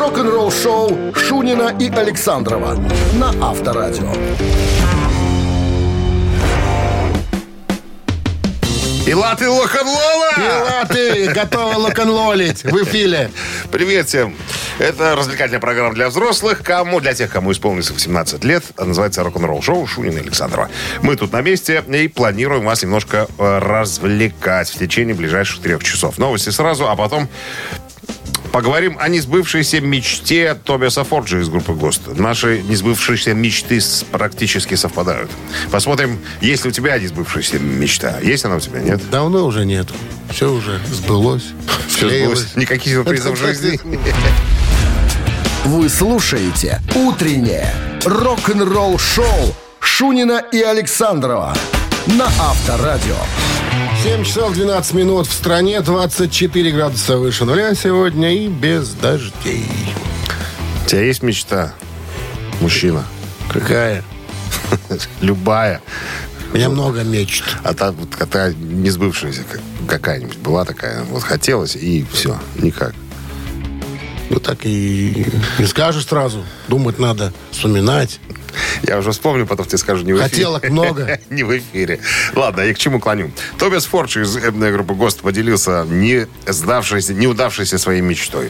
Рок-н-ролл-шоу Шунина и Александрова на Авторадио. Пилаты лок-н-лола! Пилаты готовы лок-н-лолить в эфире. Привет всем! Это развлекательная программа для взрослых. Для тех, кому исполнится 18 лет. Называется рок-н-ролл шоу Шунина и Александрова. Мы тут на месте и планируем вас немножко развлекать в течение ближайших 3 часов. Новости сразу, а потом поговорим о несбывшейся мечте Тобиаса Форджа из группы «Гост». Наши несбывшиеся мечты практически совпадают. Посмотрим, есть ли у тебя несбывшаяся мечта. Есть она у тебя, нет? Давно уже нет. Все уже сбылось. Все сбылось. Никаких сюрпризов в жизни. Вы слушаете «Утреннее рок-н-ролл-шоу» Шунина и Александрова на Авторадио. 7 часов 12 минут в стране, 24 градуса выше нуля сегодня и без дождей. У тебя есть мечта, мужчина? Какая? Любая. У меня много мечт. А та несбывшаяся какая-нибудь была такая? Вот хотелось, и все, никак. Ну так и не скажешь сразу. Думать надо, вспоминать. Я уже вспомню, потом тебе скажу не в эфире. Хотелок много. Не в эфире. Ладно, я к чему клоню. Тобиас Фордж из группы «Гост» поделился неудавшейся своей мечтой.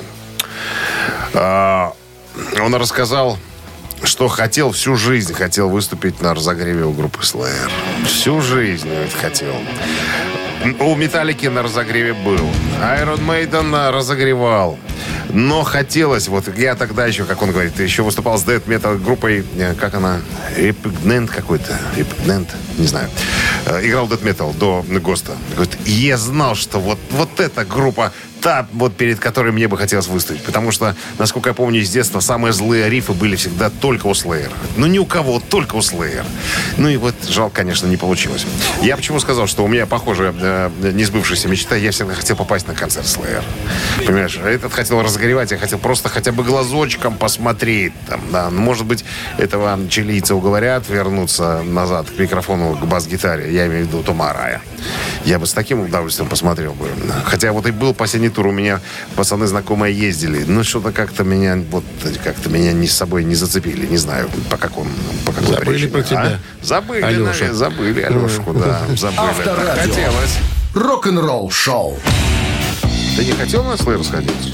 Он рассказал, что хотел всю жизнь выступить на разогреве у группы Slayer. Всю жизнь хотел. У Металлики на разогреве был. Iron Maiden разогревал. Но хотелось, вот я тогда еще, как он говорит, еще выступал с Death Metal группой, как она, Repugnant какой-то, не знаю. Играл Death Metal до Госта. Говорит, и я знал, что вот эта группа, та, вот перед которой мне бы хотелось выступить. Потому что, насколько я помню из детства, самые злые рифы были всегда только у Slayer. Ну, ни у кого, только у Slayer. Ну, и вот жалко, конечно, не получилось. Я почему сказал, что у меня похожая несбывшаяся мечта. Я всегда хотел попасть на концерт Slayer. Понимаешь, этот хотел разогревать, я хотел просто хотя бы глазочком посмотреть. Там, да. Может быть, этого чилийца уговорят вернуться назад к микрофону, к бас-гитаре. Я имею в виду Тома Арая. Я бы с таким удовольствием посмотрел бы. Хотя вот и был последний тур, у меня пацаны знакомые ездили. Но что-то как-то меня не с собой не зацепили. Не знаю, по какой Забыли причине. про тебя. Забыли, Алеша. забыли Алешку, да. Забыли. Авторадио. Хотелось. Рок-н-ролл-шоу. Ты не хотел на Slayer сходить?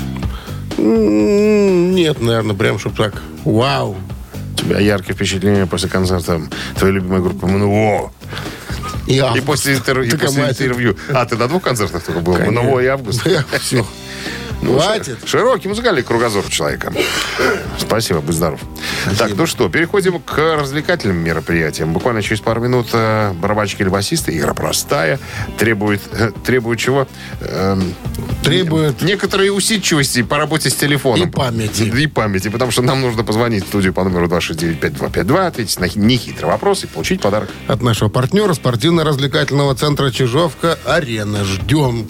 Нет, наверное, прям, чтобы так. Вау. У тебя яркие впечатления после концерта твоей любимой группы МНО. И после интервью. А, ты на 2 концертах только был? МНО и «Август». Все. Хватит. Широкий музыкальный кругозор человека. Спасибо, будь здоров. Спасибо. Так, ну что, переходим к развлекательным мероприятиям. Буквально через пару минут барабанщики или басисты. Игра простая. Требует чего? Требует некоторой усидчивости по работе с телефоном. И памяти. Потому что нам нужно позвонить в студию по номеру 269-5252, ответить на нехитрый вопрос и получить подарок. от нашего партнера спортивно-развлекательного центра «Чижовка-Арена». Ждем.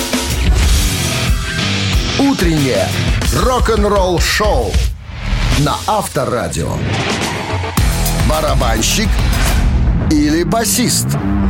Утреннее рок-н-ролл-шоу на Авторадио. Барабанщик или басист?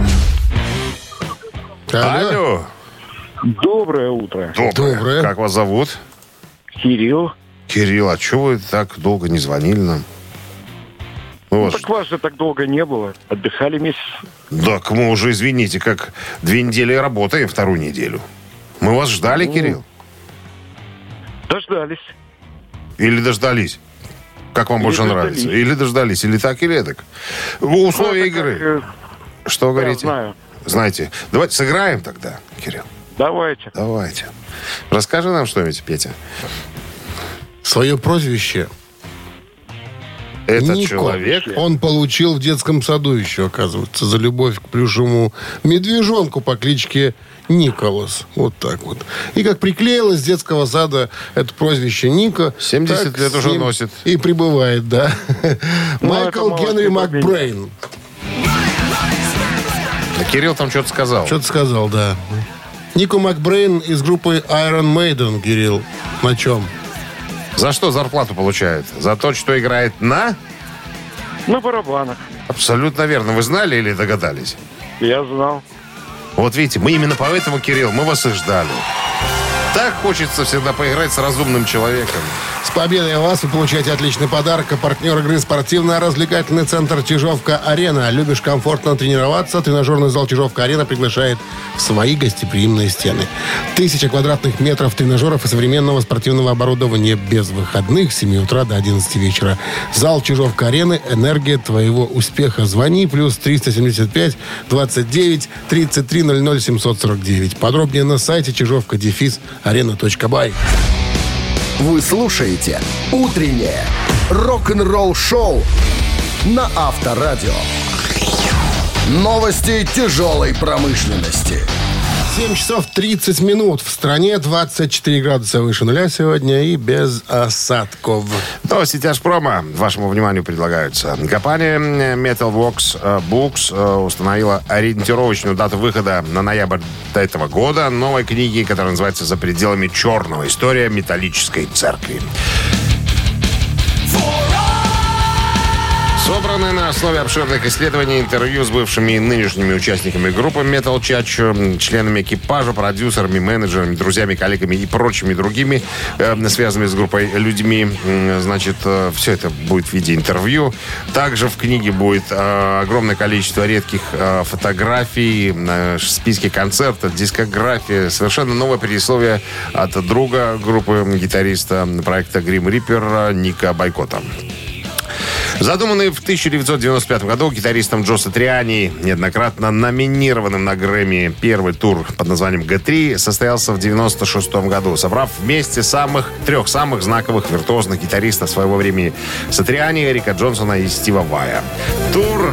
Алло. Доброе утро. Доброе. Как вас зовут? Кирилл. Кирилл, а чего вы так долго не звонили нам? Ну, так вас же так долго не было. Отдыхали месяц. Так мы уже, извините, как 2 недели работаем, 2-ю неделю. Мы вас ждали, Кирилл? Дождались. Или дождались? Как вам больше нравится? Или дождались, или так, или так. Условия игры. Что говорите? Знаю. Знаете. Давайте сыграем тогда, Кирилл. Давайте. Расскажи нам что-нибудь, Петя. Свое прозвище Этот Нико человек... он получил в детском саду еще, оказывается, за любовь к плюшевому медвежонку по кличке Николас. Вот так вот. И как приклеилось с детского сада это прозвище Ника. 70 лет уже носит. И прибывает, да. Майкл это Генри молодец, Макбрейн. А Кирилл там что-то сказал. Что-то сказал, да. Нико Макбрейн из группы Iron Maiden, Кирилл. На чем? За что зарплату получает? За то, что играет на... На барабанах. Абсолютно верно. Вы знали или догадались? Я знал. Вот видите, мы именно поэтому, Кирилл, мы вас и ждали. Так хочется всегда поиграть с разумным человеком. С победой вас вы получаете отличный подарок. Партнер игры спортивно-развлекательный центр «Чижовка-Арена». Любишь комфортно тренироваться? Тренажерный зал «Чижовка-Арена» приглашает в свои гостеприимные стены. 1000 квадратных метров тренажеров и современного спортивного оборудования без выходных с 7 утра до 11 вечера. Зал «Чижовка-Арены» – энергия твоего успеха. Звони плюс 375 29 33 00 749. Подробнее на сайте чижовка-арена.бай. Вы слушаете «Утреннее рок-н-ролл-шоу» на Авторадио. Новости тяжелой промышленности. 7 часов 30 минут. В стране 24 градуса выше нуля сегодня и без осадков. Новости тяжпрома вашему вниманию предлагаются. Компания Metalworks Books установила ориентировочную дату выхода на ноябрь этого года новой книги, которая называется «За пределами черного. История металлической церкви». Собраны на основе обширных исследований, интервью с бывшими и нынешними участниками группы Metal Church, членами экипажа, продюсерами, менеджерами, друзьями, коллегами и прочими другими, связанными с группой людьми. Значит, все это будет в виде интервью. Также в книге будет огромное количество редких фотографий, списки концертов, дискография, совершенно новое предисловие от друга группы, гитариста проекта Grim Reaper Ника Бойкота. Задуманный в 1995 году гитаристом Джо Сатриани, неоднократно номинированным на Грэмми, первый тур под названием «Г3» состоялся в 1996 году, собрав вместе трех самых знаковых виртуозных гитаристов своего времени — Сатриани, Эрика Джонсона и Стива Вая. Тур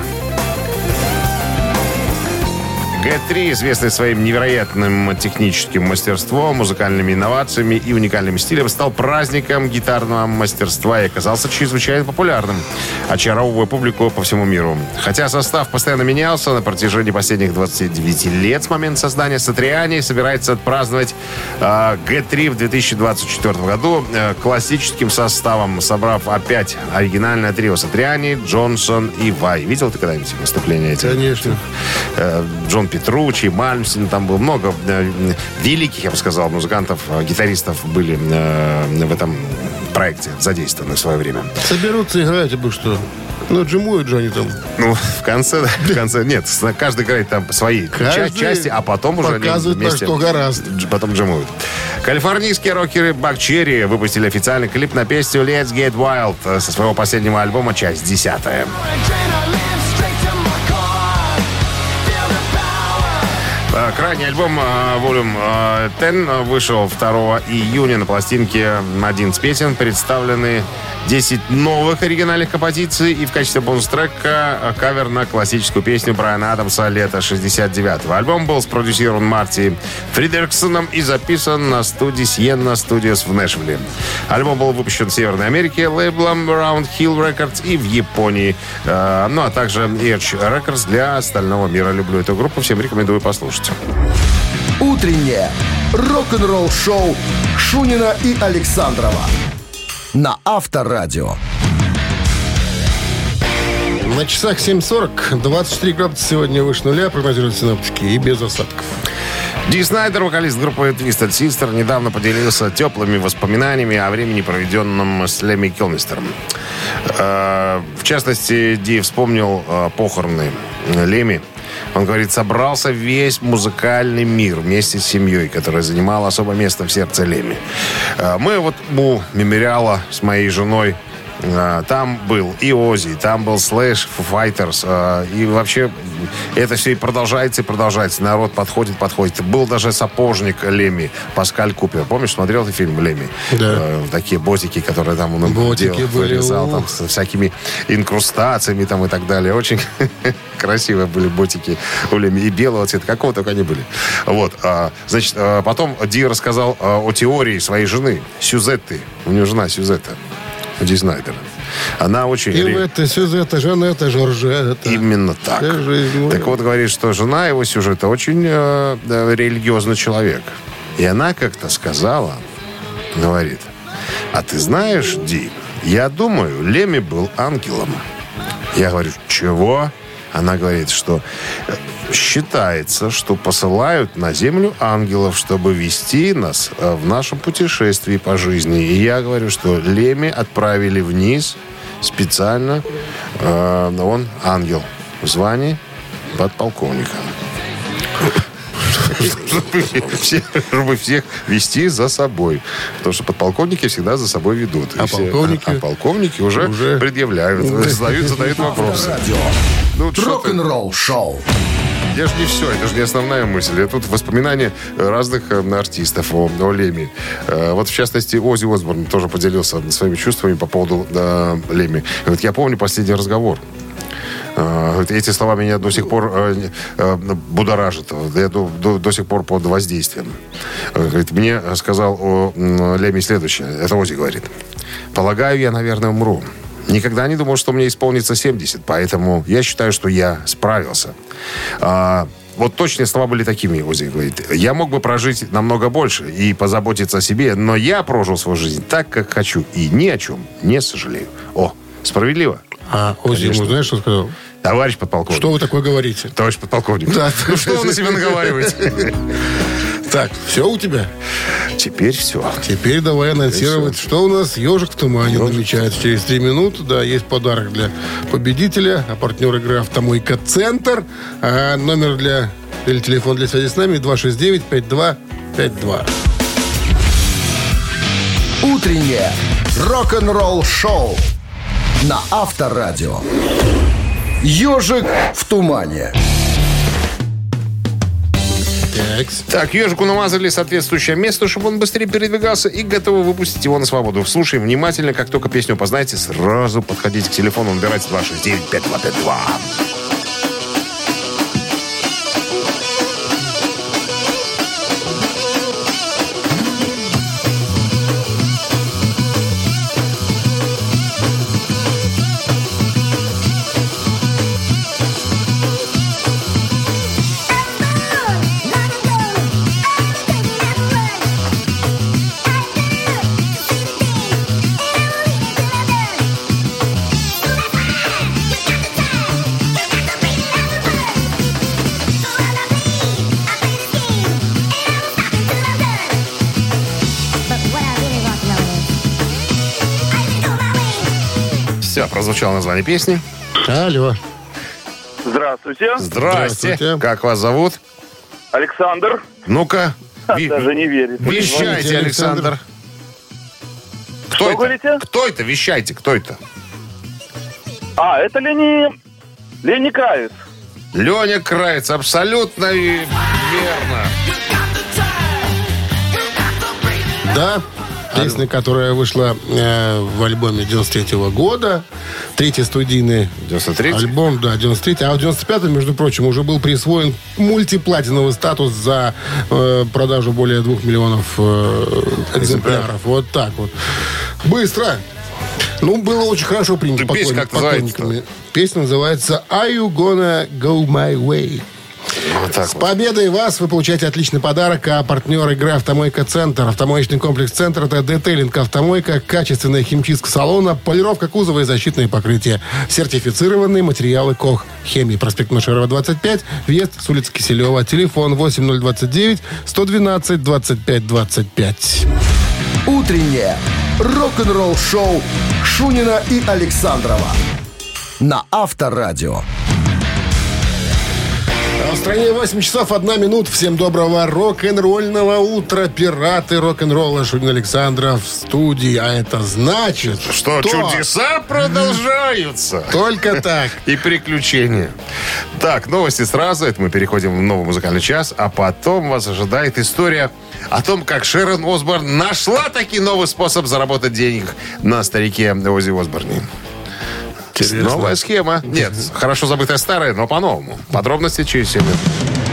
Г3, известный своим невероятным техническим мастерством, музыкальными инновациями и уникальным стилем, стал праздником гитарного мастерства и оказался чрезвычайно популярным, очаровывая публику по всему миру. Хотя состав постоянно менялся на протяжении последних 29 лет с момента создания, Сатриани собирается отпраздновать Г3 в 2024 году классическим составом, собрав опять оригинальное трио Сатриани, Джонсон и Вай. Видел ты когда-нибудь выступления этих? Конечно. Джон Петруччи, Мальмстин, там было много великих, я бы сказал, музыкантов, гитаристов были в этом проекте задействованы в свое время. Соберутся играть, а бы что? Ну, джимуют же они там. Ну, в конце нет, каждый играет там свои части, а потом уже показывает, вместе, на что гораст. Потом джимуют. Калифорнийские рокеры Бакчерри выпустили официальный клип на песню Let's Get Wild со своего последнего альбома, часть 10. Крайний альбом Volume 10 вышел 2 июня. На пластинке 11 песен представлены 10 новых оригинальных композиций и в качестве бонус-трека кавер на классическую песню Брайана Адамса «Лето 69-го». Альбом был спродюсирован Марти Фридериксоном и записан на студии Sienna Studios в Нэшвилле. Альбом был выпущен в Северной Америке лейблом Round Hill Records и в Японии, ну а также Edge Records для остального мира. Люблю эту группу, всем рекомендую послушать. Утреннее рок-н-ролл-шоу Шунина и Александрова на Авторадио. На часах 7:40, 24 градуса сегодня выше нуля, прогнозируют синоптики, и без осадков. Ди Снайдер, вокалист группы Twisted Sister, недавно поделился теплыми воспоминаниями о времени, проведенном с Лемми Килмистером. В частности, Ди вспомнил похороны Лемми. Он говорит, собрался весь музыкальный мир вместе с семьей, которая занимала особое место в сердце Лемми. Мы вот у мемориала с моей женой, там был и Оззи, там был Слэш, Foo Fighters, и вообще это все и продолжается, и продолжается. Народ подходит. Был даже сапожник Лемми, Паскаль Купер. Помнишь, смотрел ты фильм Лемми? Да. Такие ботики, которые там он делал, вырезал там, со всякими инкрустациями там и так далее. Очень красивые были ботики у Лемми. И белого цвета, какого только они были. Вот. Значит, потом Ди рассказал о теории своей жены, Сюзетты. У него жена Сюзетта. Ди Снайдера. Она очень... Ивета, Сюзетта, Жанетта, Жоржетта. Именно так. Так вот, говорит, что жена его Сюжетта очень религиозный человек. И она как-то сказала, говорит, а ты знаешь, Ди, я думаю, Лемми был ангелом. Я говорю, чего? Она говорит, что считается, что посылают на землю ангелов, чтобы вести нас в нашем путешествии по жизни. И я говорю, что Леми отправили вниз специально. Он ангел в звании подполковника. Чтобы всех вести за собой. Потому что подполковники всегда за собой ведут. А полковники уже предъявляют, задают вопросы. Рок-н-ролл шоу. Это же не все, это же не основная мысль. Это тут воспоминания разных артистов о Леми. Вот, в частности, Оззи Осборн тоже поделился своими чувствами по поводу Леми. Вот я помню последний разговор. Эти слова меня до сих пор будоражат. Я до сих пор под воздействием. Мне сказал о Леми следующее. Это Оззи говорит. «Полагаю, я, наверное, умру. Никогда не думал, что мне исполнится 70, поэтому я считаю, что я справился». Вот точные слова были такими, Оззи говорит. «Я мог бы прожить намного больше и позаботиться о себе, но я прожил свою жизнь так, как хочу, и ни о чем не сожалею». О, справедливо? А Оззи ему знаешь, что сказал? Товарищ подполковник. Что вы такое говорите? Товарищ подполковник. Да. Ну что вы на себя наговариваете? Так, все у тебя? Теперь все. Теперь давай анонсировать, что у нас «Ежик в тумане» намечается через 3 минуты. Да, есть подарок для победителя. А партнер игры «Автомойка Центр». А номер или телефон для связи с нами 269-5252. Утреннее рок-н-ролл шоу на Авторадио. «Ежик в тумане». Так, ежику намазали соответствующее место, чтобы он быстрее передвигался, и готовы выпустить его на свободу. Слушаем внимательно. Как только песню познаете, сразу подходите к телефону, набирайте 269-5252. Все, прозвучало название песни. Алло. Здравствуйте. Здрасте. Как вас зовут? Александр. Ну-ка. Даже не верит. Вещайте, Александр. Что говорите? Кто это? Вещайте, кто это? Это Лени Кравец. Леня Кравец, абсолютно верно. Да, песня, которая вышла в альбоме 93-го года. Третий студийный 93-й? Альбом, да, 93-й. А в 95-м, между прочим, уже был присвоен мультиплатиновый статус за продажу более 2 миллионов экземпляров. Вот так вот. Быстро. Ну, было очень хорошо принято поклонниками. Песня называется «Are you gonna go my way?» Вот так С победой вас! Вы получаете отличный подарок. А партнер игры «Автомойка Центр». Автомоечный комплекс «Центр» — это детейлинг «Автомойка», качественная химчистка салона, полировка кузова и защитные покрытия. Сертифицированные материалы КОХ Хемии. Проспект Машерова, 25. Въезд с улицы Киселева. Телефон 8029-112-25-25. Утреннее рок-н-ролл-шоу Шунина и Александрова на Авторадио. А в стране 8 часов 1 минута. Всем доброго рок-н-ролльного утра. Пираты рок-н-ролла Шунин Александров в студии. А это значит, что чудеса продолжаются. Только так. И приключения. Так, новости сразу. Это мы переходим в новый музыкальный час. А потом вас ожидает история о том, как Шерон Осборн нашла таки новый способ заработать денег на старике Оззи Осборне. Интересно. Новая схема. Нет, хорошо забытая старая, но по-новому. Подробности через 7 минут.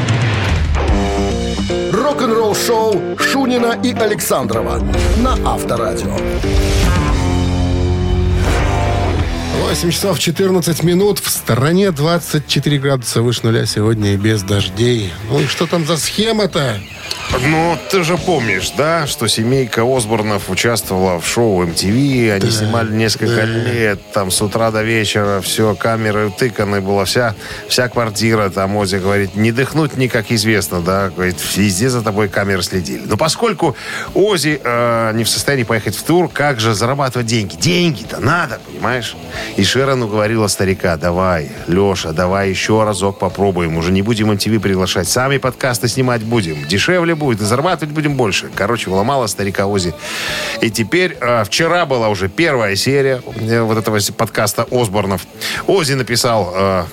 Рок-н-ролл-шоу Шунина и Александрова на Авторадио. 8 часов 14 минут. В стороне 24 градуса выше нуля сегодня и без дождей. Ну и что там за схема-то? Ну, ты же помнишь, да, что семейка Осборнов участвовала в шоу MTV. Они снимали несколько лет, там, с утра до вечера. Все, камеры утыканы, была вся квартира. Там Оззи говорит, не дыхнуть не как известно, да. Говорит, везде за тобой камеры следили. Но поскольку Оззи не в состоянии поехать в тур, как же зарабатывать деньги? Деньги-то надо, понимаешь? И Шерон уговорила старика, давай, Леша, давай еще разок попробуем. Уже не будем MTV приглашать. Сами подкасты снимать будем. Дешевле будет и зарабатывать будем больше. Короче, уломала старика Оззи. И теперь, вчера была уже первая серия вот этого подкаста Осборнов. Оззи написал,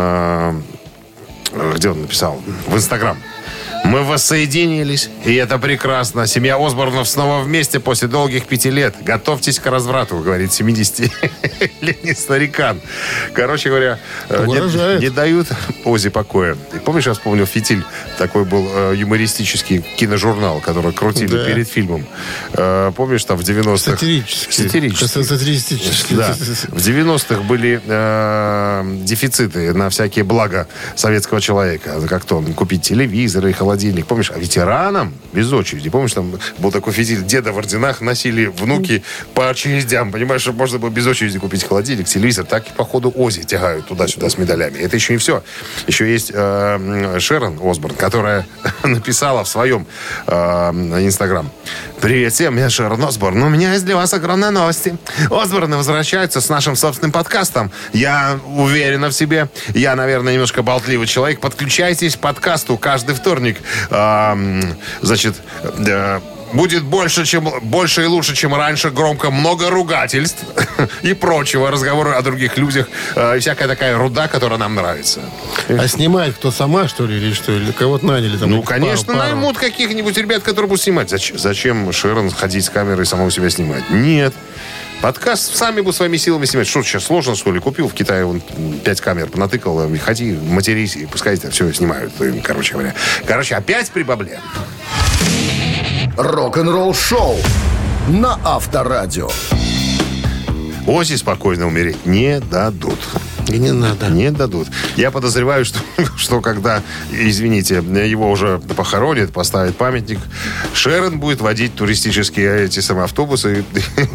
где он написал? В Инстаграм. Мы воссоединились, и это прекрасно. Семья Осборнов снова вместе после долгих 5 лет. Готовьтесь к разврату, говорит 70-летний старикан. Короче говоря, не дают Оззи покоя. И помнишь, я вспомнил «Фитиль». Такой был юмористический киножурнал, который крутили перед фильмом. Помнишь, там в 90-х... Сатирический. Да. В 90-х были дефициты на всякие блага советского человека. Как то купить телевизор и холодильник. Помнишь, а ветеранам без очереди. Помнишь, там был такой «Фитиль», деда в орденах носили внуки по очередям. Понимаешь, чтобы можно было без очереди купить холодильник, телевизор. Так и, походу, Оззи тягают туда-сюда с медалями. Это еще не все. Еще есть Шерон Осборн, которая написала в своем Инстаграм. Привет всем, я Шерон Осборн. У меня есть для вас огромные новости. Осборны возвращаются с нашим собственным подкастом. Я уверена в себе. Я, наверное, немножко болтливый человек. Подключайтесь к подкасту каждый вторник. Значит, будет больше и лучше, чем раньше. Громко много ругательств и прочего. Разговоры о других людях. И всякая такая руда, которая нам нравится. А снимает кто, сама, что ли, или что? Или кого-то наняли? Там, ну, конечно, наймут каких-нибудь ребят, которые будут снимать. Зачем Шерон ходить с камерой и самого себя снимать? Нет. Подкаст сами будут своими силами снимать. Что сейчас сложно, что ли? Купил в Китае 5 камер, понатыкал, ходи, матерись, и пускай это все снимают. Короче говоря. Опять при бабле. Рок-н-ролл шоу на Авторадио. Оззи спокойно умереть не дадут. И не надо. Не дадут. Я подозреваю, что когда, извините, его уже похоронят, поставят памятник, Шерон будет водить туристические эти самые автобусы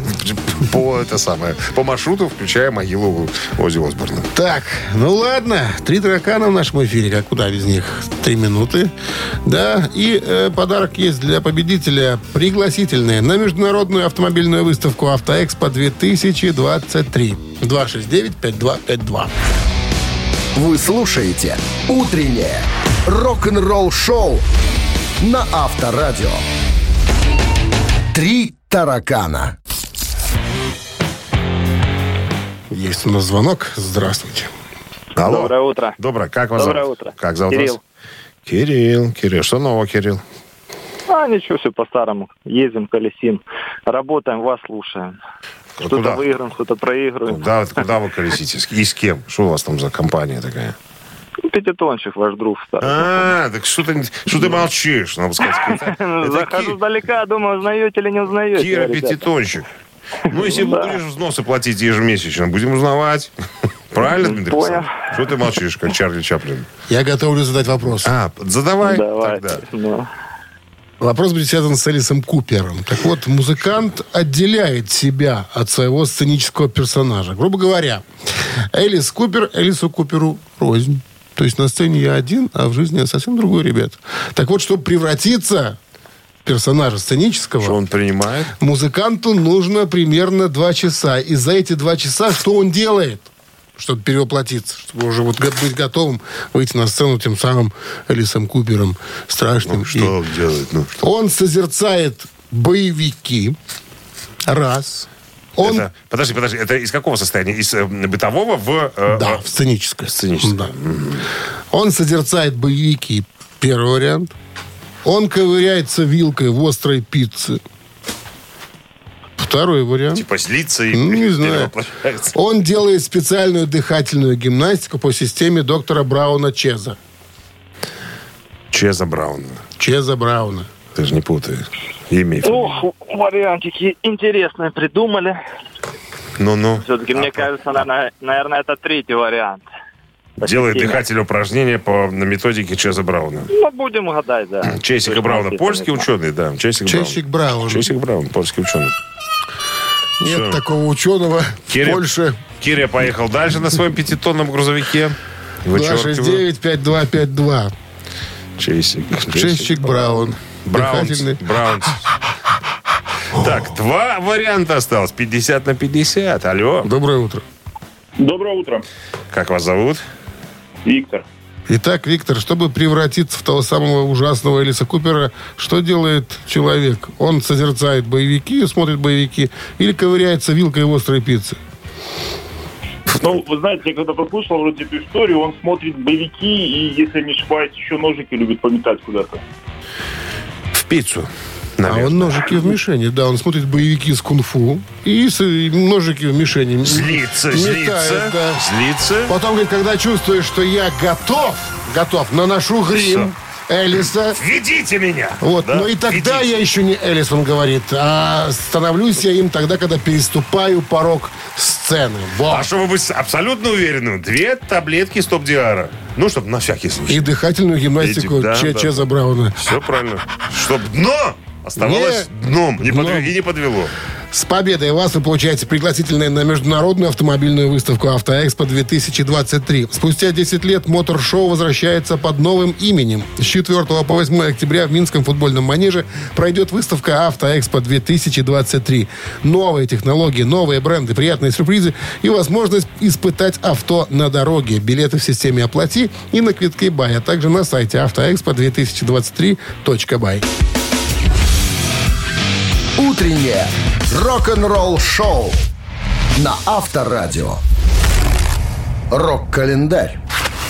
по маршруту, включая могилу Оззи Осборна. Так, ну ладно. 3 таракана в нашем эфире. Как куда без них? 3 минуты. Да, и подарок есть для победителя. Пригласительные на международную автомобильную выставку «Автоэкспо 2023». 269-5252. Вы слушаете «Утреннее рок-н-ролл-шоу» на Авторадио. 3 таракана. Есть у нас звонок. Здравствуйте. Алло. Доброе утро. Доброе. Как вас Доброе зовут? утро. Как зовут Кирилл. вас? Кирилл. Что нового, Кирилл? Ничего, все по-старому. Ездим, колесим. Работаем, вас слушаем. Что-то выиграем, что-то проигрываем. Куда вы колесите? И с кем? Что у вас там за компания такая? Пятитончик, ваш друг старый. Так что ты молчишь? Надо сказать. Захожу сдалека, думаю, узнаете или не узнаете. Кира Пятитончик. Ну, если будешь взносы платить ежемесячно, будем узнавать. Правильно, Дмитрий? Понял. Что ты молчишь, как Чарли Чаплин? Я готовлю задать вопрос. Задавай Давайте. тогда. Вопрос будет связан с Элисом Купером. Так вот, музыкант отделяет себя от своего сценического персонажа. Грубо говоря, Элис Купер Элису Куперу рознь. То есть на сцене я один, а в жизни я совсем другой, ребят. Так вот, чтобы превратиться в персонажа сценического... Что он принимает? Музыканту нужно примерно 2 часа. И за эти 2 часа что он делает? Чтобы перевоплотиться, чтобы уже вот быть готовым выйти на сцену тем самым Элисом Купером страшным. Что он делает? Он созерцает боевики. Раз. Подожди, это из какого состояния? Из бытового в... Да, в сценическое. Сценическое. Да. Он созерцает боевики. Первый вариант. Он ковыряется вилкой в острой пицце. Второй вариант. Типа слиться и не знаю. перевоплощается. Он делает специальную дыхательную гимнастику по системе доктора Брауна-Чеза. Чеза Брауна. Чеза Брауна. Ты же не путай. Имя. Ох, вариантики интересные придумали. Ну-ну. Все-таки, мне кажется, наверное, это третий вариант. Делает дыхательное упражнение на методике Чеса Брауна. Ну, будем гадать, да. Чесика Брауна. Польский ученый, да. Чесик Браун. Чесик Браун, польский ученый. Нет Все. такого ученого в Польше. Киря поехал дальше на своем 5-тонном грузовике. 269-5252. Чесик Браун. Браунс. Так, 2 варианта осталось. 50 на 50. Алло. Доброе утро. Доброе утро. Как вас зовут? Виктор. Итак, Виктор, чтобы превратиться в того самого ужасного Элиса Купера, что делает человек? Он созерцает боевики, смотрит боевики или ковыряется вилкой в острой пицце? Ну, вы знаете, я когда прослушал вроде эту историю, он смотрит боевики и, если не ошибаюсь, еще ножики любит пометать куда-то. В пиццу. А Наверное. он ножики в мишени, да, он смотрит боевики с кунг-фу и ножики в мишени. Злится. Да. Злится. Потом, говорит, когда чувствуешь, что я готов, наношу грим Элиса. Ведите меня! Вот, Да? но и тогда Ведите. я еще не Элис, он говорит, а становлюсь я им тогда, когда переступаю порог сцены. А чтобы быть абсолютно уверенным, 2 таблетки стоп-диара. Ну, чтобы на всякий случай. И дыхательную гимнастику Да. Чеза Брауна. Все правильно. Чтоб дно оставалось дном и не подвело. С победой вас вы получаете пригласительные на международную автомобильную выставку «Автоэкспо-2023». Спустя 10 лет мотор-шоу возвращается под новым именем. С 4 по 8 октября в Минском футбольном манеже пройдет выставка «Автоэкспо-2023». Новые технологии, новые бренды, приятные сюрпризы и возможность испытать авто на дороге. Билеты в системе «Оплати» и на квитке «Бай», а также на сайте autoexpo2023.by. Утреннее рок-н-ролл-шоу на Авторадио. Рок-календарь.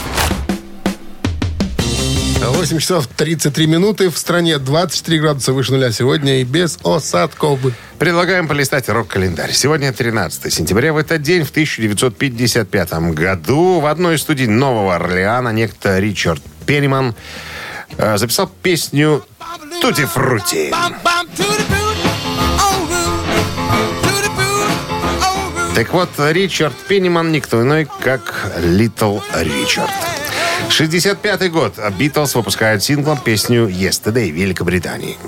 8 часов 33 минуты. В стране 24 градуса выше нуля сегодня и без осадков. Предлагаем полистать рок-календарь. Сегодня 13 сентября. В этот день, в 1955 году, в одной из студий Нового Орлеана некто Ричард Пенниман записал песню «Тутти Фрутти». Так вот, Ричард Пенниман никто иной, как Литл Ричард. 65-й год. Битлз выпускают синглом песню «Yesterday» в Великобритании.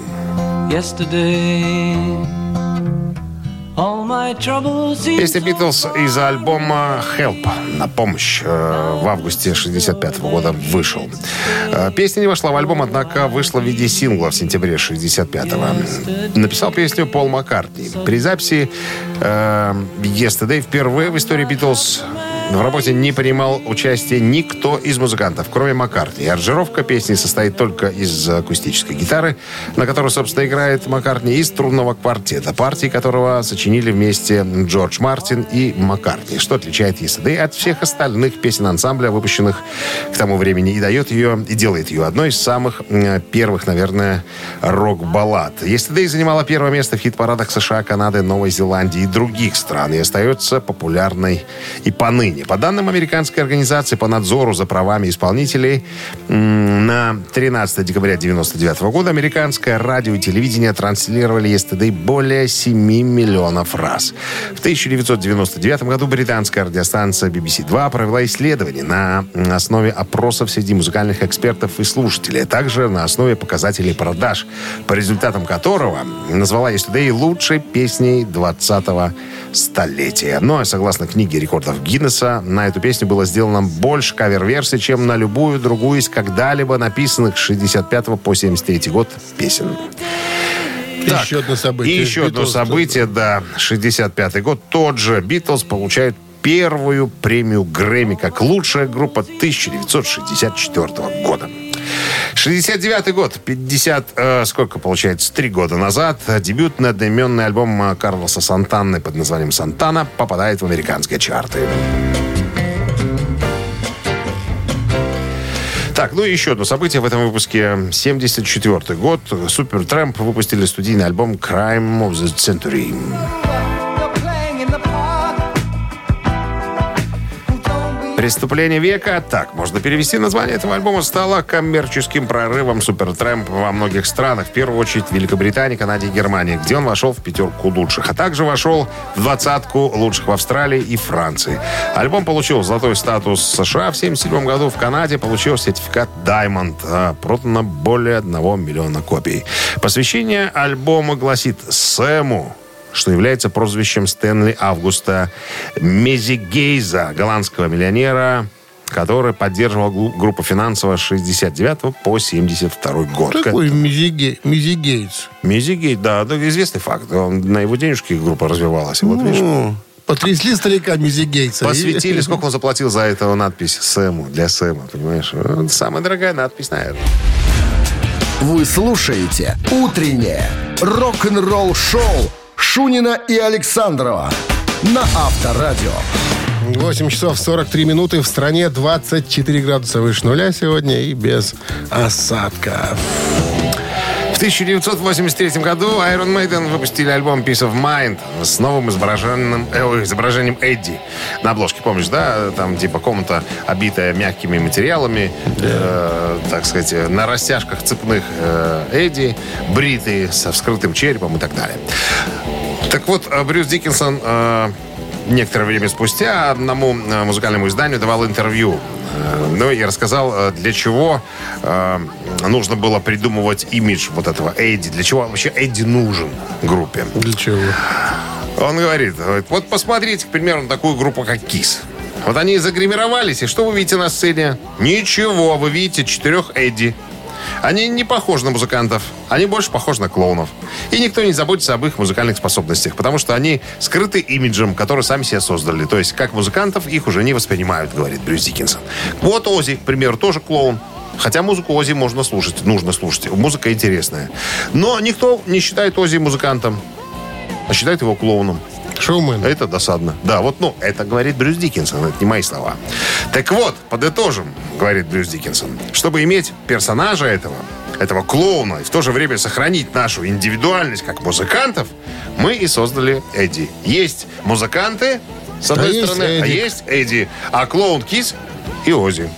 Песня «Битлз» из альбома «Help» на помощь в августе 65-го года вышел. Песня не вошла в альбом, однако вышла в виде сингла в сентябре 65-го. Написал песню Пол Маккартни. При записи «Yesterday» впервые в истории «Битлз» в работе не принимал участие никто из музыкантов, кроме Маккартни. Аранжировка песни состоит только из акустической гитары, на которой, собственно, играет Маккартни, и струнного квартета, партии которого сочинили вместе Джордж Мартин и Маккартни, что отличает «Yesterday» от всех остальных песен ансамбля, выпущенных к тому времени, и делает ее одной из самых первых, наверное, рок-баллад. «Yesterday» занимала первое место в хит-парадах США, Канады, Новой Зеландии и других стран, и остается популярной и поныне. По данным американской организации по надзору за правами исполнителей, на 13 декабря 1999 года американское радио и телевидение транслировали «Yesterday» более 7 миллионов раз. В 1999 году британская радиостанция BBC2 провела исследование на основе опросов среди музыкальных экспертов и слушателей, а также на основе показателей продаж, по результатам которого назвала «Yesterday» лучшей песней 20-го столетия. Ну, а согласно книге рекордов Гиннесса, на эту песню было сделано больше кавер-версий, чем на любую другую из когда-либо написанных с 65 по 73 год песен. Так, еще одно событие. И еще одно событие, да. 65-й год. Тот же «Битлз» получают первую премию Грэмми как лучшая группа 1964 года. 69-й год, 3 года назад, дебютный одноименный альбом Карлоса Сантаны под названием «Сантана» попадает в американские чарты. Так, ну и еще одно событие в этом выпуске. 74-й год. Супертрэмп выпустили студийный альбом «Crime of the Century». Преступление века, так можно перевести название этого альбома, стало коммерческим прорывом Супертрамп во многих странах, в первую очередь в Великобритании, Канаде и Германии, где он вошел в 5 лучших, а также вошел в 20 лучших в Австралии и Франции. Альбом получил золотой статус в США в 1977 году, в Канаде получил сертификат Diamond, продано более 1 миллиона копий. Посвящение альбома гласит Сэму, что является прозвищем Стэнли Августа Мезигейза, голландского миллионера, который поддерживал группу финансово с 69 по 72 год. Какой Мезигейз? Мезигейз, да, известный факт. На его денежки группа развивалась. Вот, видишь, потрясли старика Мезигейца. посвятили, сколько он заплатил за эту надпись Сэму, для Сэма, понимаешь? Самая дорогая надпись, наверное. Вы слушаете «Утреннее рок-н-ролл-шоу» Шунина и Александрова на Авторадио. 8 часов 43 минуты. В стране 24 градуса выше нуля сегодня и без осадков. В 1983 году Iron Maiden выпустили альбом Peace of Mind с новым изображением Эдди. На обложке, помнишь, да? Там типа комната, обитая мягкими материалами, так сказать, на растяжках цепных Эдди, бритый, со вскрытым черепом и так далее. Так вот, Брюс Диккенсон некоторое время спустя одному музыкальному изданию давал интервью. Ну и рассказал, для чего нужно было придумывать имидж вот этого Эдди. Для чего вообще Эдди нужен группе. Для чего? Он говорит, вот посмотрите, к примеру, на такую группу, как Kiss. Вот они загримировались, и что вы видите на сцене? Ничего, вы видите 4 Эдди. Они не похожи на музыкантов, они больше похожи на клоунов. И никто не заботится об их музыкальных способностях, потому что они скрыты имиджем, который сами себе создали. То есть, как музыкантов, их уже не воспринимают, говорит Брюс Диккенсон. Вот Оззи, к примеру, тоже клоун. Хотя музыку Оззи можно слушать, нужно слушать. Музыка интересная. Но никто не считает Оззи музыкантом, а считает его клоуном. Шоумен. Это досадно. Да, вот, это говорит Брюс Диккенсон, это не мои слова. Так вот, подытожим, говорит Брюс Диккенсон, чтобы иметь персонажа этого клоуна и в то же время сохранить нашу индивидуальность как музыкантов, мы и создали Эдди. Есть музыканты, с одной стороны, а есть Эдди, а клоун Кис и Оззи.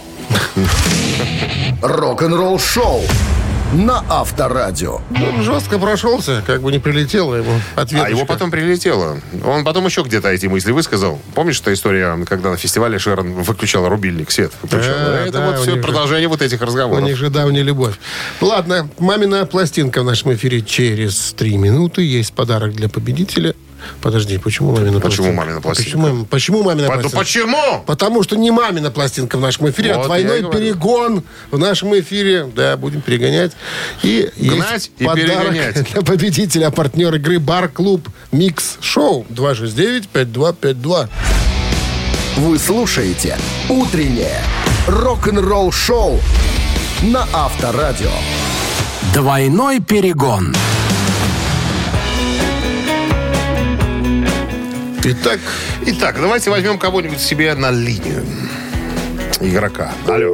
Рок-н-ролл-шоу на Авторадио. Он жестко прошелся, как бы не прилетело ему ответочка. А его потом прилетело. Он потом еще где-то эти мысли высказал. Помнишь, эта история, когда на фестивале Шерон выключала рубильник, свет выключала? Это вот все продолжение вот этих разговоров. У них же давняя любовь. Ладно, мамина пластинка в нашем эфире через 3 минуты. Есть подарок для победителя. Подожди, почему мамина пластинка? Почему мамина пластинка? Почему мамина пластинка? Почему? Потому что не мамина пластинка в нашем эфире, вот а двойной перегон в нашем эфире. Да, будем перегонять. И гнать есть и подарок перегонять. для победителя, партнер игры «Бар-клуб Микс Шоу» 269-5252. Вы слушаете «Утреннее рок-н-ролл-шоу» на Авторадио. Двойной перегон. Итак, давайте возьмем кого-нибудь себе на линию. Игрока. Алло.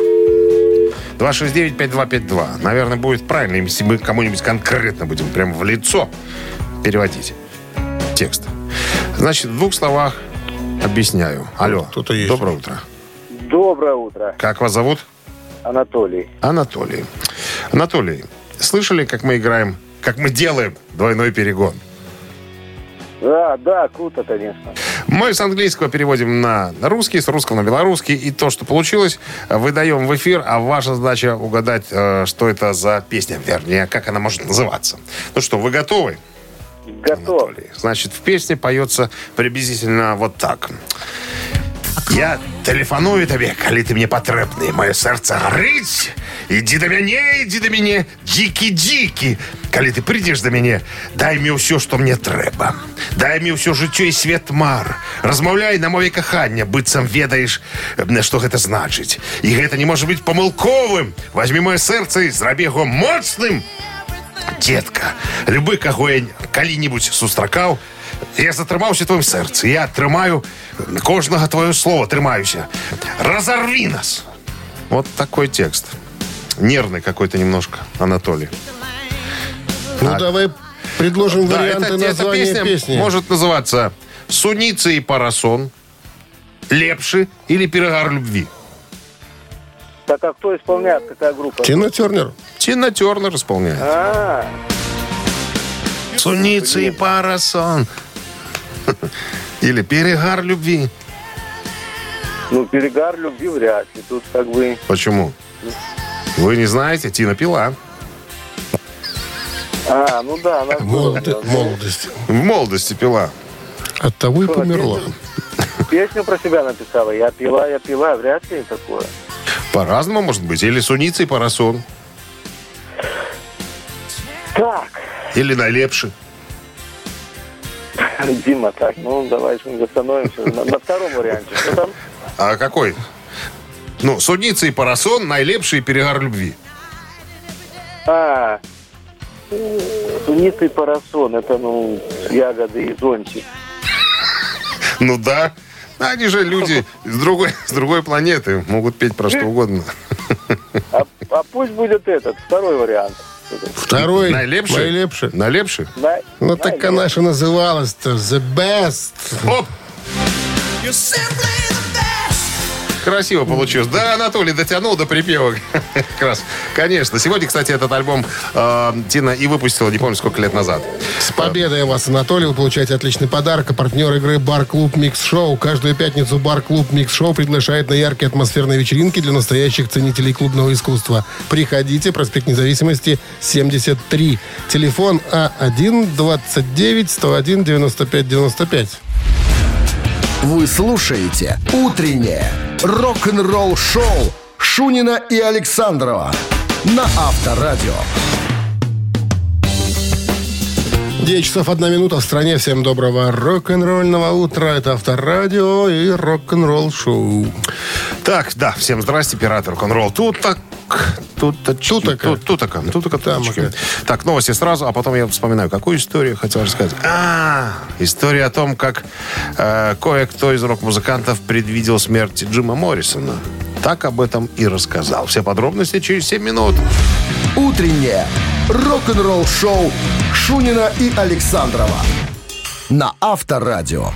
269-5252. Наверное, будет правильно, если мы кому-нибудь конкретно будем прямо в лицо переводить текст. Значит, в 2 словах объясняю. Алло. Кто-то есть. Доброе утро. Доброе утро. Как вас зовут? Анатолий. Анатолий. Анатолий, слышали, как мы играем, как мы делаем двойной перегон? Да, круто, конечно. Мы с английского переводим на русский, с русского на белорусский. И то, что получилось, выдаем в эфир. А ваша задача угадать, что это за песня. Вернее, как она может называться. Ну что, вы готовы? Готов. Анатолий? Значит, в песне поется приблизительно вот так. Я телефоную тебе, коли ты мне потребный. Мое сердце горить. Иди до меня, дикий. Коли ти прийдеш до мене, дай мені все, що мені треба. Дай мені все життя і світ мар. Розмовляй на мові кохання, быццам ведаєш, що гэта значить. І гэта не може бути помилковим. Возьми моє серце і зраби його моцним. Детка, люби, кого я калі-небудь сустракаў, я затрымаўся в твоем сердце. Я трымаю кожнага твоего слова, трымаюся. Разорви нас. Вот такой текст. Нервный какой-то немножко, Анатолий. Ну, давай предложим варианты названия эта песни. Может называться «Суница и Парасон». Лепши или Перегар любви? Так, а кто исполняет, какая группа? Тина Тернер. Тина Тернер исполняет. Суница и Парасон. Или Перегар любви. Ну, Перегар любви вряд ли. Тут как бы... Почему? Вы не знаете? Тина пила. Ну да, она... Молодость. В молодости пила. Оттого и померла. Песню про себя написала. Я пила, вряд ли такое. По-разному может быть. Или Суница и Парасон. Так. Или на Лепши. Дима, так, давай мы остановимся на втором варианте. Что там? А какой? Ну, Суница и Парасон, Найлепший и Перегар любви. Суница и Парасон. Это, ягоды и зонтик. Ну да. Они же люди с другой планеты. Могут петь про что угодно. А пусть будет второй вариант. Второй. Найлепший? Найлепший? Так она же называлась-то The Best. Оп! Красиво получилось. Да, Анатолий дотянул до припева. Как раз. Конечно. Сегодня, кстати, этот альбом Тина и выпустила, не помню, сколько лет назад. С победой вас, Анатолий. Вы получаете отличный подарок. А партнер игры «Бар-клуб Микс Шоу». Каждую пятницу «Бар-клуб Микс Шоу» приглашает на яркие атмосферные вечеринки для настоящих ценителей клубного искусства. Приходите. Проспект Независимости, 73. Телефон А1-29-101-95-95. Вы слушаете «Утреннее рок-н-ролл-шоу» Шунина и Александрова на Авторадио. 9 часов 1 минута в стране. Всем доброго рок-н-ролльного утра. Это Авторадио и рок-н-ролл-шоу. Так, да, всем здрасте, пираты рок-н-ролл. Так, новости сразу, а потом я вспоминаю, какую историю хотел рассказать. История о том, как кое-кто из рок-музыкантов предвидел смерть Джима Моррисона. Так об этом и рассказал. Все подробности через 7 минут. Утреннее рок-н-ролл-шоу Шунина и Александрова на Авторадио.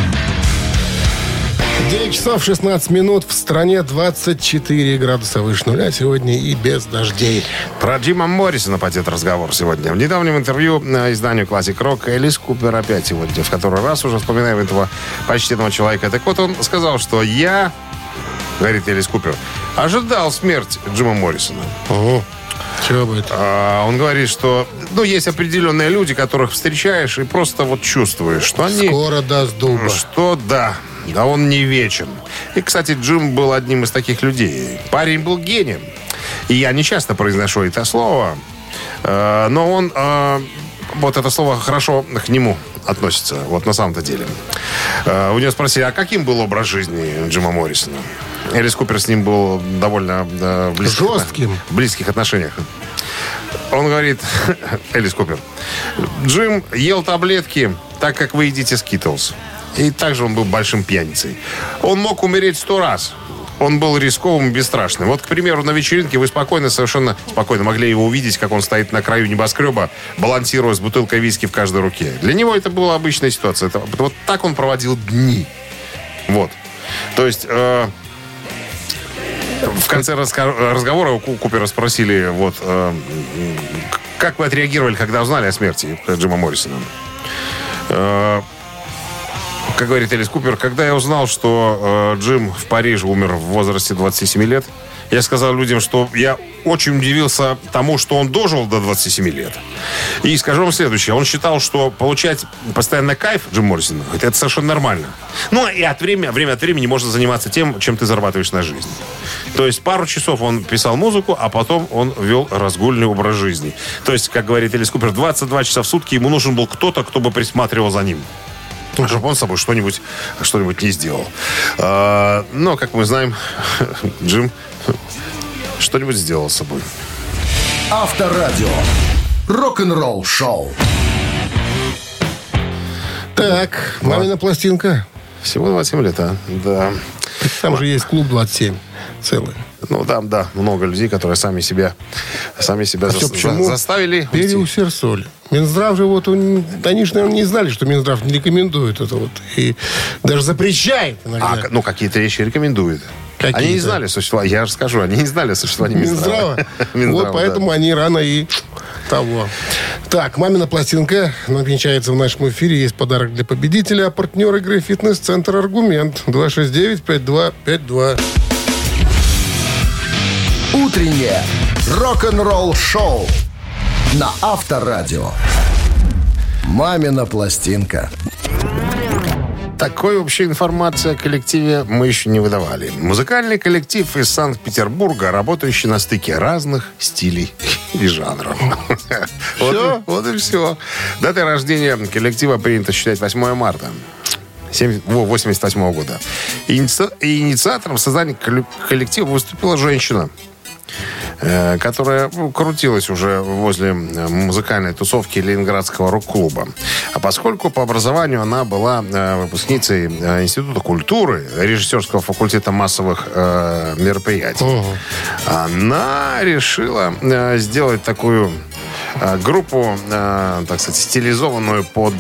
9 часов 16 минут. В стране 24 градуса выше нуля сегодня и без дождей. Про Джима Моррисона пойдет разговор сегодня. В недавнем интервью изданию Classic Rock Элис Купер опять сегодня в который раз уже вспоминаем этого почтенного человека. Так вот, он сказал, что я, говорит Элис Купер, ожидал смерть Джима Моррисона. Чего бы это? Он говорит, что есть определенные люди, которых встречаешь и просто вот чувствуешь, что они... Скоро даст дуба. Что да, он не вечен. И, кстати, Джим был одним из таких людей. Парень был гением. И я не часто произношу это слово, но он... Вот это слово хорошо к нему относится, вот на самом-то деле. У него спросили, а каким был образ жизни Джима Моррисона? Элис Купер с ним был довольно жестким. В близких отношениях. Он говорит, Элис Купер, Джим ел таблетки так, как вы едите Skittles. И также он был большим пьяницей. Он мог умереть 100 раз. Он был рисковым и бесстрашным. Вот, к примеру, на вечеринке вы совершенно спокойно могли его увидеть, как он стоит на краю небоскреба, балансируя с бутылкой виски в каждой руке. Для него это была обычная ситуация. Вот так он проводил дни. Вот. То есть... В конце разговора у Купера спросили, как вы отреагировали, когда узнали о смерти Джима Моррисона? Как говорит Элис Купер, когда я узнал, что Джим в Париже умер в возрасте 27 лет, я сказал людям, что я очень удивился тому, что он дожил до 27 лет. И скажу вам следующее. Он считал, что получать постоянно кайф Джим Моррисон, это совершенно нормально. И время от времени можно заниматься тем, чем ты зарабатываешь на жизнь. То есть пару часов он писал музыку, а потом он вел разгульный образ жизни. То есть, как говорит Элис Купер, 22 часа в сутки ему нужен был кто-то, кто бы присматривал за ним. Чтобы он с собой что-нибудь не сделал. Но, как мы знаем, Джим что-нибудь сделал с собой. Авторадио. Рок-н-ролл шоу. Так, мамина пластинка. Всего 27 лет, да. Там же есть клуб 27 целый. Ну, там, да, много людей, которые сами себя заставили. Переусердствовали. Минздрав же они же, наверное, не знали, что Минздрав не рекомендует это вот. И даже запрещает иногда. Какие-то вещи рекомендует. Какие-то. Они не знали существования, я же скажу, они не знали существования Минздрава. Вот поэтому они рано и того. Так, «Мамина пластинка» намечается в нашем эфире. Есть подарок для победителя. Партнер игры «Фитнес-центр Аргумент». 269-5252. Утреннее рок-н-ролл-шоу на Авторадио. «Мамина пластинка». Такой вообще информации о коллективе мы еще не выдавали. Музыкальный коллектив из Санкт-Петербурга, работающий на стыке разных стилей и жанров. Все? Вот и все. Датой рождения коллектива принято считать 8 марта 1988 года. Инициатором создания коллектива выступила женщина, которая крутилась уже возле музыкальной тусовки Ленинградского рок-клуба. А поскольку по образованию она была выпускницей Института культуры, режиссерского факультета массовых мероприятий, она решила сделать такую группу, так сказать, стилизованную под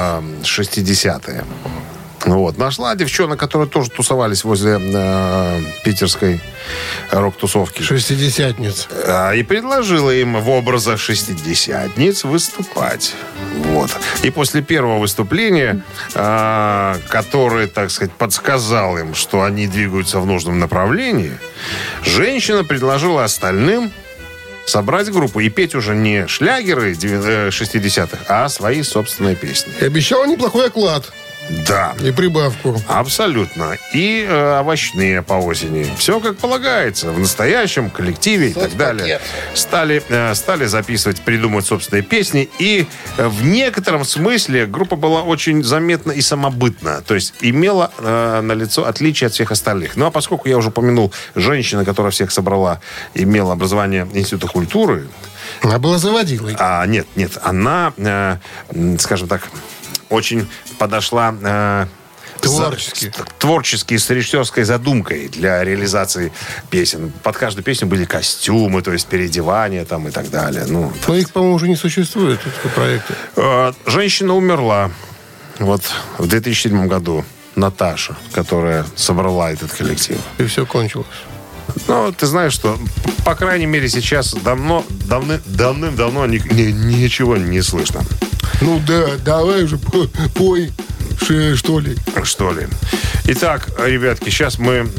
60-е. Вот. Нашла девчонок, которые тоже тусовались возле питерской рок-тусовки. Шестидесятниц. И предложила им в образах шестидесятниц выступать. Вот. И после первого выступления, который, так сказать, подсказал им, что они двигаются в нужном направлении, женщина предложила остальным собрать группу и петь уже не шлягеры 60-х, а свои собственные песни. И обещала неплохой оклад. Да. И прибавку. Абсолютно. И овощные по осени. Все как полагается. В настоящем коллективе и так далее. Стали записывать, придумывать собственные песни. И в некотором смысле группа была очень заметна и самобытна. То есть имела налицо отличие от всех остальных. Ну а поскольку я уже упомянул, женщина, которая всех собрала, имела образование Института культуры. Она была заводилой. Нет. Она, скажем так, очень подошла творчески с режиссерской задумкой для реализации песен. Под каждую песню были костюмы, то есть переодевания там и так далее. Но их, по-моему, уже не существует, этого проекта. Женщина умерла вот в 2007 году. Наташа, которая собрала этот коллектив. И все кончилось. Ну, ты знаешь, что, по крайней мере, сейчас давным-давно ничего не слышно. Ну да, давай уже пой, что ли. Итак, ребятки, сейчас мы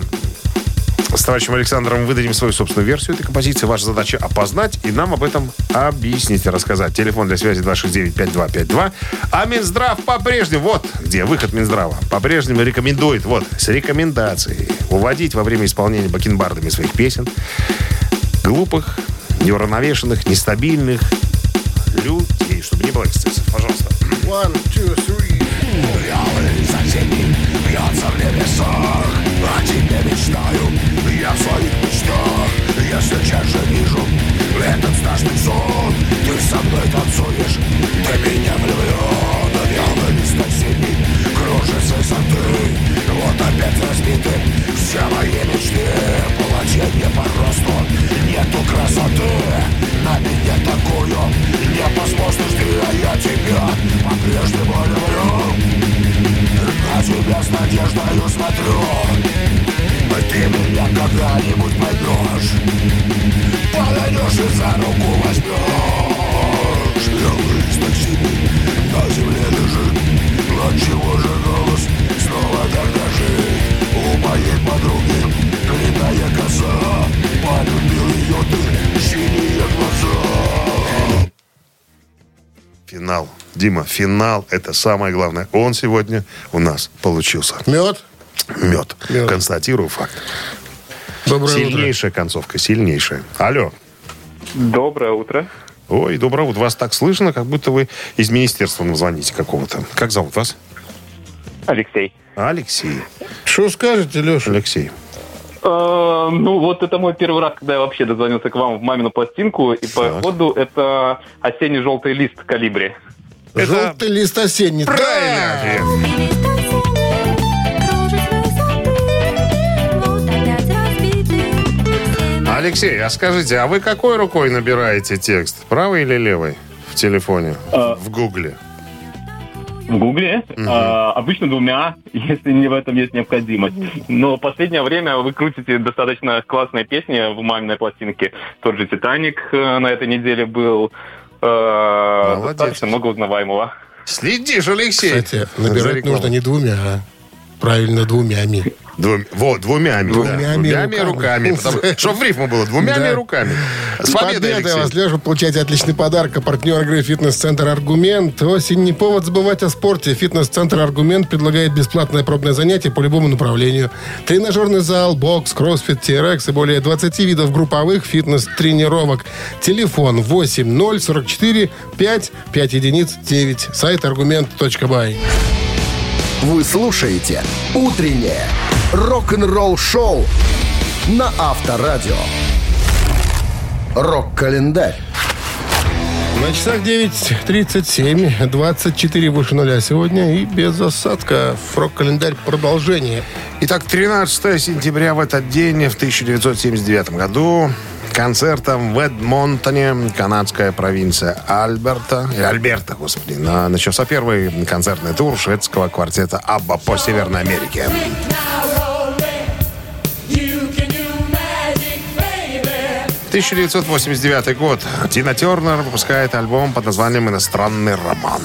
с товарищем Александром выдадим свою собственную версию этой композиции. Ваша задача опознать и нам об этом объяснить и рассказать. Телефон для связи 269-5252. А Минздрав по-прежнему, вот где выход Минздрава, по-прежнему рекомендует, вот, с рекомендацией уводить во время исполнения бакенбардами своих песен глупых, неуравновешенных, нестабильных людей, чтобы не было эксцессов. Пожалуйста. 1, 2, 3. Реалый соседний бьется в небесах. О тебе мечтаю я в своих мечтах. Если чаще вижу этот страшный сон, ты со мной танцуешь, ты меня влюблен. Реалый лист осенний кружится высоты. Вот опять разбиты все мои мечты. Плачение по росту, нету красоты. На меня такую непослушность ты, а я тебя по-прежнему люблю. На тебя с надеждою смотрю. Ты меня когда-нибудь поймешь, подойдешь и за руку возьмешь. Белый лист осенний на земле лежит. Отчего же голос снова так дрожит? У моей подруги длинная коса, полюбил ее ты, синие глаза. Финал. Дима, финал — это самое главное. Он сегодня у нас получился. Мед. Констатирую факт. Доброе сильнейшая утро. концовка, сильнейшая. Алло. Доброе утро. Ой, доброе утро. Вас так слышно, как будто вы из министерства нам звоните какого-то. Как зовут вас? Алексей. Алексей. Что скажете, Леша? Алексей. Ну, вот это мой первый раз, когда я вообще дозвонился к вам в «Мамину пластинку», и по ходу это «Осенний желтый лист» «Колибри». Желтый лист осенний. Правильно. Алексей, а скажите, а вы какой рукой набираете текст? Правой или левой в телефоне? В Гугле? В Гугле? Обычно двумя, если не в этом есть необходимость. Но в последнее время вы крутите достаточно классные песни в маминой пластинке. Тот же «Титаник» на этой неделе был. Достаточно много узнаваемого. Следишь, Алексей. Кстати, набирать нужно не двумя, а правильно двумями. Двумями руками. Чтобы в рифму было. Двумями руками. С победой, Алексей. вас, Леша, получаете отличный подарок. А партнер игры «Фитнес-центр Аргумент». Осень не повод забывать о спорте. «Фитнес-центр Аргумент» предлагает бесплатное пробное занятие по любому направлению. Тренажерный зал, бокс, кроссфит, TRX и более 20 видов групповых фитнес-тренировок. Телефон 8044 5 единиц 9. Сайт argument.by. Вы слушаете «Утреннее рок-н-ролл-шоу» на Авторадио. Рок-календарь. На часах 9:37, 24 выше нуля сегодня и без осадка. Рок-календарь продолжение. Итак, 13 сентября в этот день, в 1979 году, концертом в Эдмонтоне, канадская провинция Альберта, начался первый концертный тур шведского квартета «Абба» по Северной Америке. 1989 год. Тина Тернер выпускает альбом под названием «Иностранный роман».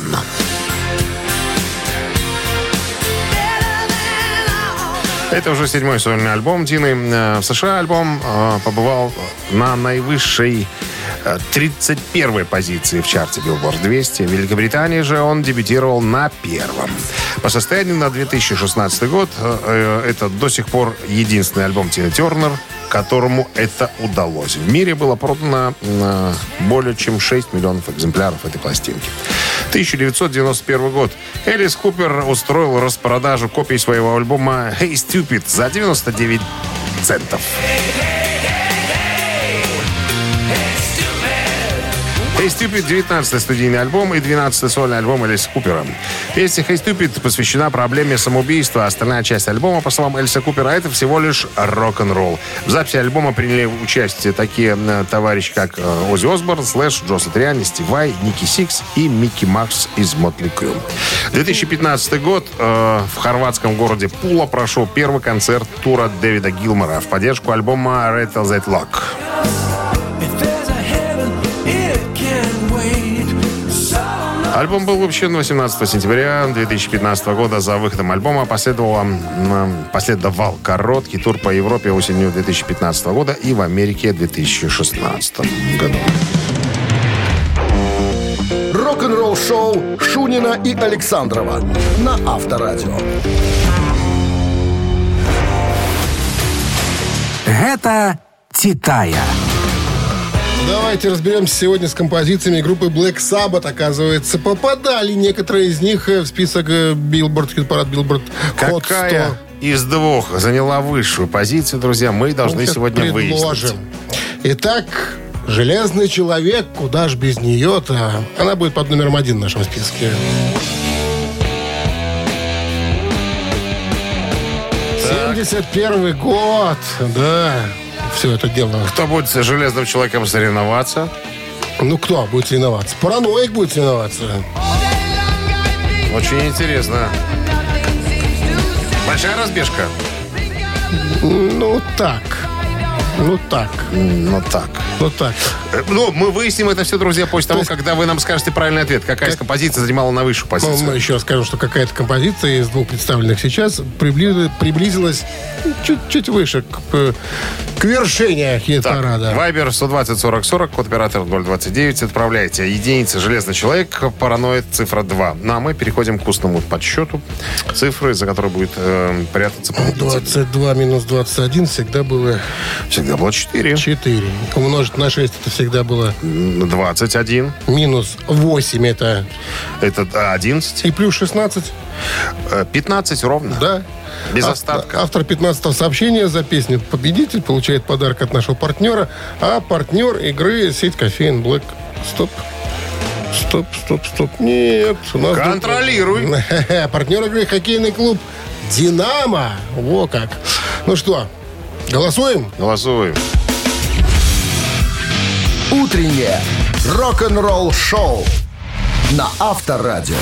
Это уже 7-й сольный альбом Тины. В США альбом побывал на наивысшей 31-й позиции в чарте Billboard 200. В Великобритании же он дебютировал на 1-м. По состоянию на 2016 год это до сих пор единственный альбом Тины Тернер, которому это удалось. В мире было продано более чем 6 миллионов экземпляров этой пластинки. 1991 год. Элис Купер устроил распродажу копий своего альбома «Hey Stupid» за 99 центов. «Hey Stupid» — 19-й студийный альбом и 12-й сольный альбом Элиса Купера. Песня «Hey Stupid» посвящена проблеме самоубийства. Остальная часть альбома, по словам Элиса Купера, это всего лишь рок-н-ролл. В записи альбома приняли участие такие товарищи, как Оззи Осборн, Слэш, Джо Сатриани, Стив Vai, Ники Сикс и Микки Макс из Мотли Крю. 2015 год. В хорватском городе Пула прошел первый концерт тура Дэвида Гилмора в поддержку альбома «Rattle That Lock». Альбом был выпущен 18 сентября 2015 года. За выходом альбома последовал короткий тур по Европе осенью 2015 года и в Америке в 2016 году. Рок-н-ролл-шоу Шунина и Александрова на Авторадио. Это «Титая». Давайте разберемся сегодня с композициями группы Black Sabbath. Оказывается, попадали некоторые из них в список Billboard, хит-парад Billboard Hot 100. Какая из двух заняла высшую позицию, друзья, мы должны сегодня выяснить. Итак, «Железный человек», куда ж без нее-то? Она будет под номером 1 в нашем списке. 71 год, да. Все это дело. Кто будет с «Железным человеком» соревноваться? Ну, кто будет соревноваться? Параноик будет соревноваться. Очень интересно. Большая разбежка? Ну, так. Ну, мы выясним это все, друзья, после того, когда вы нам скажете правильный ответ. Какая из композиций занимала на высшую позицию? Мы еще скажем, что какая-то композиция из двух представленных сейчас приблизилась чуть выше к вершине хит-парада. Вайбер 120-40-40, код оператора 029. Отправляйте. Единица «Железный человек», параноид, цифра 2. Ну, а мы переходим к устному подсчету. Цифры, за которые будет прятаться победитель. 22 минус 21 всегда было 4. 4. Умножить на 6 это всегда было 21. Минус 8 это 11. И плюс 16. 15 ровно. Да. Без остатка. Автор 15-го сообщения за песню «Победитель» получает подарок от нашего партнера. А партнер игры — сеть кофеин Black. Стоп. Нет. У нас контролируй. Партнер игры — хоккейный клуб «Динамо». Во как. Ну что, голосуем? Голосуем. Утреннее рок-н-ролл-шоу на Авторадио.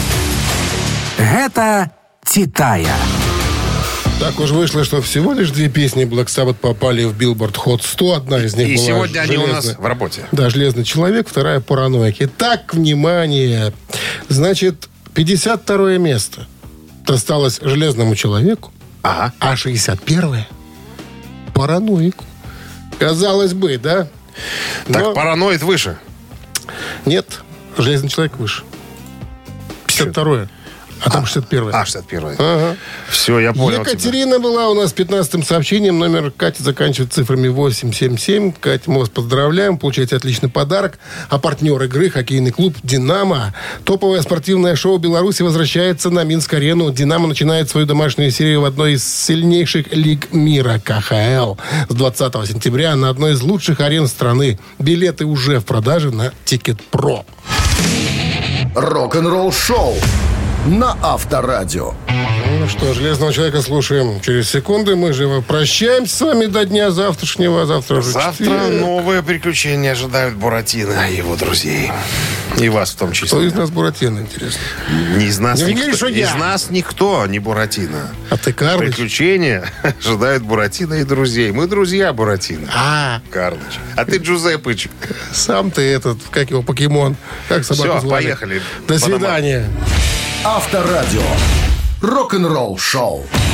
Гэта «Титая». Так уж вышло, что всего лишь 2 песни Black Sabbath попали в Billboard Hot 100. Одна из них И была сегодня они у нас в работе. Да, «Железный человек», вторая «Параноик». Итак, внимание. Значит, 52 место досталось «Железному человеку», Ага. а 61-е «Параноику». Казалось бы, да? Так, Но «Параноид» выше. нет, «Железный человек» выше. 52-е. А там 61-е. 61-й. Ага. Все, я понял тебя. Екатерина была у нас 15-м сообщением. Номер Кати заканчивается цифрами 877. Катя, мы вас поздравляем. Получаете отличный подарок. А партнер игры — хоккейный клуб «Динамо». Топовое спортивное шоу Беларуси возвращается на Минск-арену. «Динамо» начинает свою домашнюю серию в одной из сильнейших лиг мира — КХЛ. С 20 сентября на одной из лучших арен страны. Билеты уже в продаже на Тикет.Про. Рок-н-ролл-шоу на Авторадио. Ну что, «Железного человека» слушаем через секунды. Мы же прощаемся с вами до дня завтрашнего. Завтра уже Завтра четверг. новые приключения ожидают Буратино и его друзей. И вас в том числе. Кто из нас Буратино, интересно? Не из нас Не никто. веришь, что я? Из нас никто не Буратино. А ты Карлыч? Приключения ожидают Буратино и друзей. Мы друзья Буратино. Карлыч. А ты Джузеппыч. Сам ты этот, как его, покемон. Как собаку Все, звали? поехали. До свидания. Авторадио. Рок-н-ролл-шоу.